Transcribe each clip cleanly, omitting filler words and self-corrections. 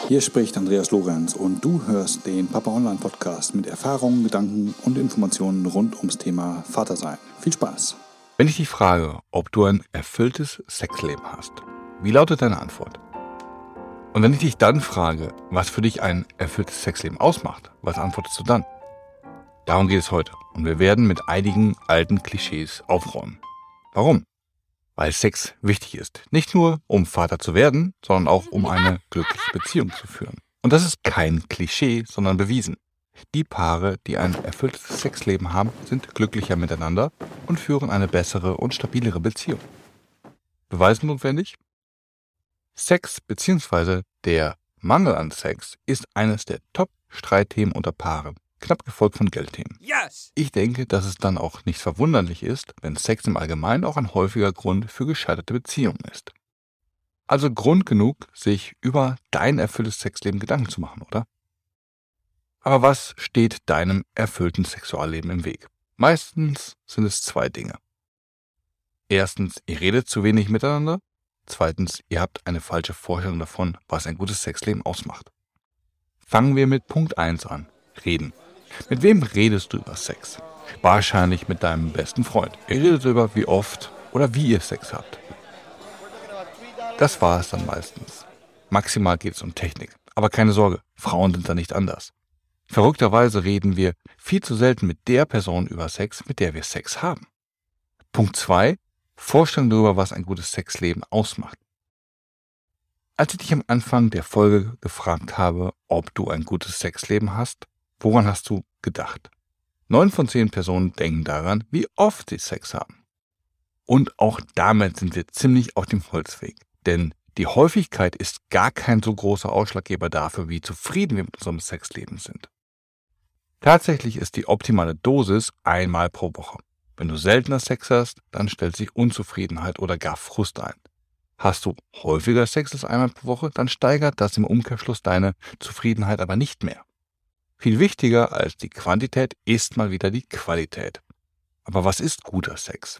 Hier spricht Andreas Lorenz und du hörst den Papa Online Podcast mit Erfahrungen, Gedanken und Informationen rund ums Thema Vatersein. Viel Spaß! Wenn ich dich frage, ob du ein erfülltes Sexleben hast, wie lautet deine Antwort? Und wenn ich dich dann frage, was für dich ein erfülltes Sexleben ausmacht, was antwortest du dann? Darum geht es heute und wir werden mit einigen alten Klischees aufräumen. Warum? Weil Sex wichtig ist. Nicht nur, um Vater zu werden, sondern auch, um eine glückliche Beziehung zu führen. Und das ist kein Klischee, sondern bewiesen. Die Paare, die ein erfülltes Sexleben haben, sind glücklicher miteinander und führen eine bessere und stabilere Beziehung. Beweise notwendig? Sex bzw. der Mangel an Sex ist eines der Top-Streitthemen unter Paaren, knapp gefolgt von Geldthemen. Yes! Ich denke, dass es dann auch nicht verwunderlich ist, wenn Sex im Allgemeinen auch ein häufiger Grund für gescheiterte Beziehungen ist. Also Grund genug, sich über dein erfülltes Sexleben Gedanken zu machen, oder? Aber was steht deinem erfüllten Sexualleben im Weg? Meistens sind es zwei Dinge. Erstens, ihr redet zu wenig miteinander. Zweitens, ihr habt eine falsche Vorstellung davon, was ein gutes Sexleben ausmacht. Fangen wir mit Punkt 1 an. Reden. Mit wem redest du über Sex? Wahrscheinlich mit deinem besten Freund. Ihr redet darüber, wie oft oder wie ihr Sex habt. Das war es dann meistens. Maximal geht es um Technik. Aber keine Sorge, Frauen sind da nicht anders. Verrückterweise reden wir viel zu selten mit der Person über Sex, mit der wir Sex haben. Punkt 2. Vorstellung darüber, was ein gutes Sexleben ausmacht. Als ich dich am Anfang der Folge gefragt habe, ob du ein gutes Sexleben hast, woran hast du gedacht? 9 von 10 Personen denken daran, wie oft sie Sex haben. Und auch damit sind wir ziemlich auf dem Holzweg. Denn die Häufigkeit ist gar kein so großer Ausschlaggeber dafür, wie zufrieden wir mit unserem Sexleben sind. Tatsächlich ist die optimale Dosis einmal pro Woche. Wenn du seltener Sex hast, dann stellt sich Unzufriedenheit oder gar Frust ein. Hast du häufiger Sex als einmal pro Woche, dann steigert das im Umkehrschluss deine Zufriedenheit aber nicht mehr. Viel wichtiger als die Quantität ist mal wieder die Qualität. Aber was ist guter Sex?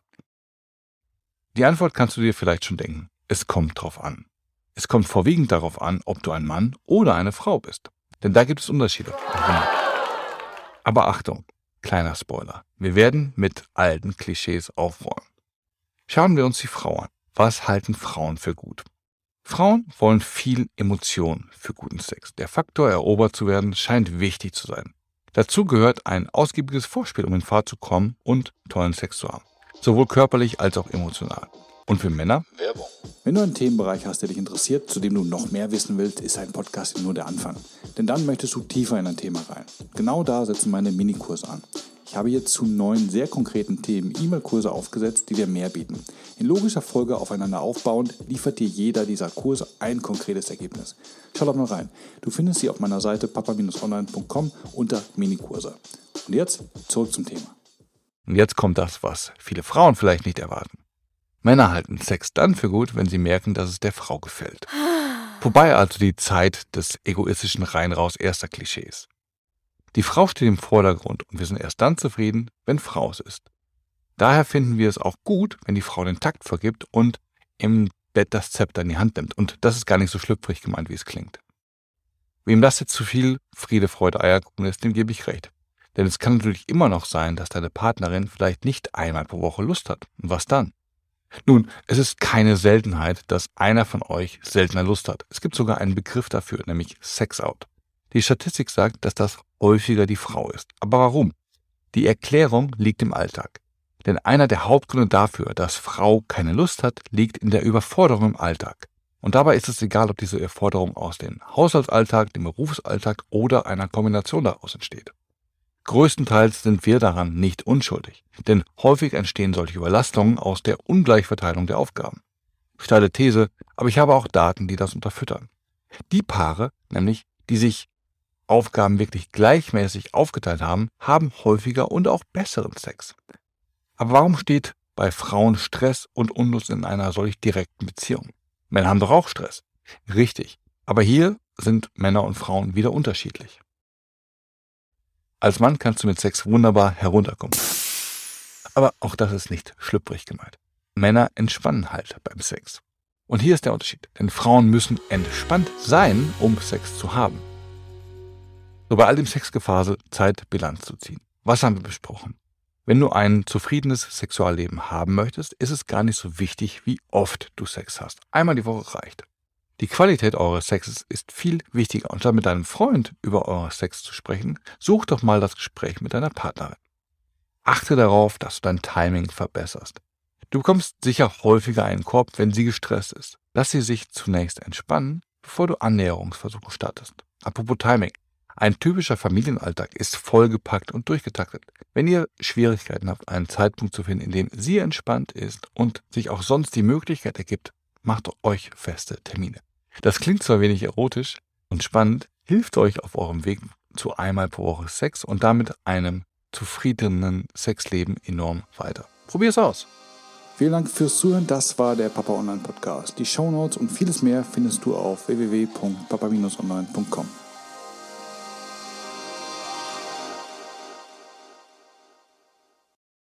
Die Antwort kannst du dir vielleicht schon denken. Es kommt drauf an. Es kommt vorwiegend darauf an, ob du ein Mann oder eine Frau bist. Denn da gibt es Unterschiede. Aber Achtung, kleiner Spoiler. Wir werden mit alten Klischees aufräumen. Schauen wir uns die Frau an. Was halten Frauen für gut? Frauen wollen viel Emotion für guten Sex. Der Faktor, erobert zu werden, scheint wichtig zu sein. Dazu gehört ein ausgiebiges Vorspiel, um in Fahrt zu kommen und tollen Sex zu haben. Sowohl körperlich als auch emotional. Und für Männer? Werbung. Wenn du einen Themenbereich hast, der dich interessiert, zu dem du noch mehr wissen willst, ist ein Podcast nur der Anfang. Denn dann möchtest du tiefer in ein Thema rein. Genau da setzen meine Minikurse an. Ich habe jetzt zu 9 sehr konkreten Themen E-Mail-Kurse aufgesetzt, die dir mehr bieten. In logischer Folge aufeinander aufbauend liefert dir jeder dieser Kurse ein konkretes Ergebnis. Schau doch mal rein. Du findest sie auf meiner Seite papa-online.com unter Minikurse. Und jetzt zurück zum Thema. Und jetzt kommt das, was viele Frauen vielleicht nicht erwarten. Männer halten Sex dann für gut, wenn sie merken, dass es der Frau gefällt. Vorbei also die Zeit des egoistischen Rein-Raus erster Klischees. Die Frau steht im Vordergrund und wir sind erst dann zufrieden, wenn Frau es ist. Daher finden wir es auch gut, wenn die Frau den Takt vergibt und im Bett das Zepter in die Hand nimmt. Und das ist gar nicht so schlüpfrig gemeint, wie es klingt. Wem das jetzt zu viel Friede, Freude, Eierkuchen ist, dem gebe ich recht. Denn es kann natürlich immer noch sein, dass deine Partnerin vielleicht nicht einmal pro Woche Lust hat. Und was dann? Nun, es ist keine Seltenheit, dass einer von euch seltener Lust hat. Es gibt sogar einen Begriff dafür, nämlich Sex-Out. Die Statistik sagt, dass das häufiger die Frau ist. Aber warum? Die Erklärung liegt im Alltag. Denn einer der Hauptgründe dafür, dass Frau keine Lust hat, liegt in der Überforderung im Alltag. Und dabei ist es egal, ob diese Überforderung aus dem Haushaltsalltag, dem Berufsalltag oder einer Kombination daraus entsteht. Größtenteils sind wir daran nicht unschuldig, denn häufig entstehen solche Überlastungen aus der Ungleichverteilung der Aufgaben. Steile These, aber ich habe auch Daten, die das unterfüttern. Die Paare, nämlich die sich Aufgaben wirklich gleichmäßig aufgeteilt haben, haben häufiger und auch besseren Sex. Aber warum steht bei Frauen Stress und Unlust in einer solch direkten Beziehung? Männer haben doch auch Stress. Richtig, aber hier sind Männer und Frauen wieder unterschiedlich. Als Mann kannst du mit Sex wunderbar herunterkommen. Aber auch das ist nicht schlüpfrig gemeint. Männer entspannen halt beim Sex. Und hier ist der Unterschied, denn Frauen müssen entspannt sein, um Sex zu haben. So, bei all dem Sexgefasel Zeit, Bilanz zu ziehen. Was haben wir besprochen? Wenn du ein zufriedenes Sexualleben haben möchtest, ist es gar nicht so wichtig, wie oft du Sex hast. Einmal die Woche reicht. Die Qualität eures Sexes ist viel wichtiger. Und statt mit deinem Freund über euren Sex zu sprechen, such doch mal das Gespräch mit deiner Partnerin. Achte darauf, dass du dein Timing verbesserst. Du bekommst sicher häufiger einen Korb, wenn sie gestresst ist. Lass sie sich zunächst entspannen, bevor du Annäherungsversuche startest. Apropos Timing. Ein typischer Familienalltag ist vollgepackt und durchgetaktet. Wenn ihr Schwierigkeiten habt, einen Zeitpunkt zu finden, in dem sie entspannt ist und sich auch sonst die Möglichkeit ergibt, macht euch feste Termine. Das klingt zwar wenig erotisch und spannend, hilft euch auf eurem Weg zu einmal pro Woche Sex und damit einem zufriedenen Sexleben enorm weiter. Probier es aus. Vielen Dank fürs Zuhören. Das war der Papa Online Podcast. Die Shownotes und vieles mehr findest du auf www.papa-online.com.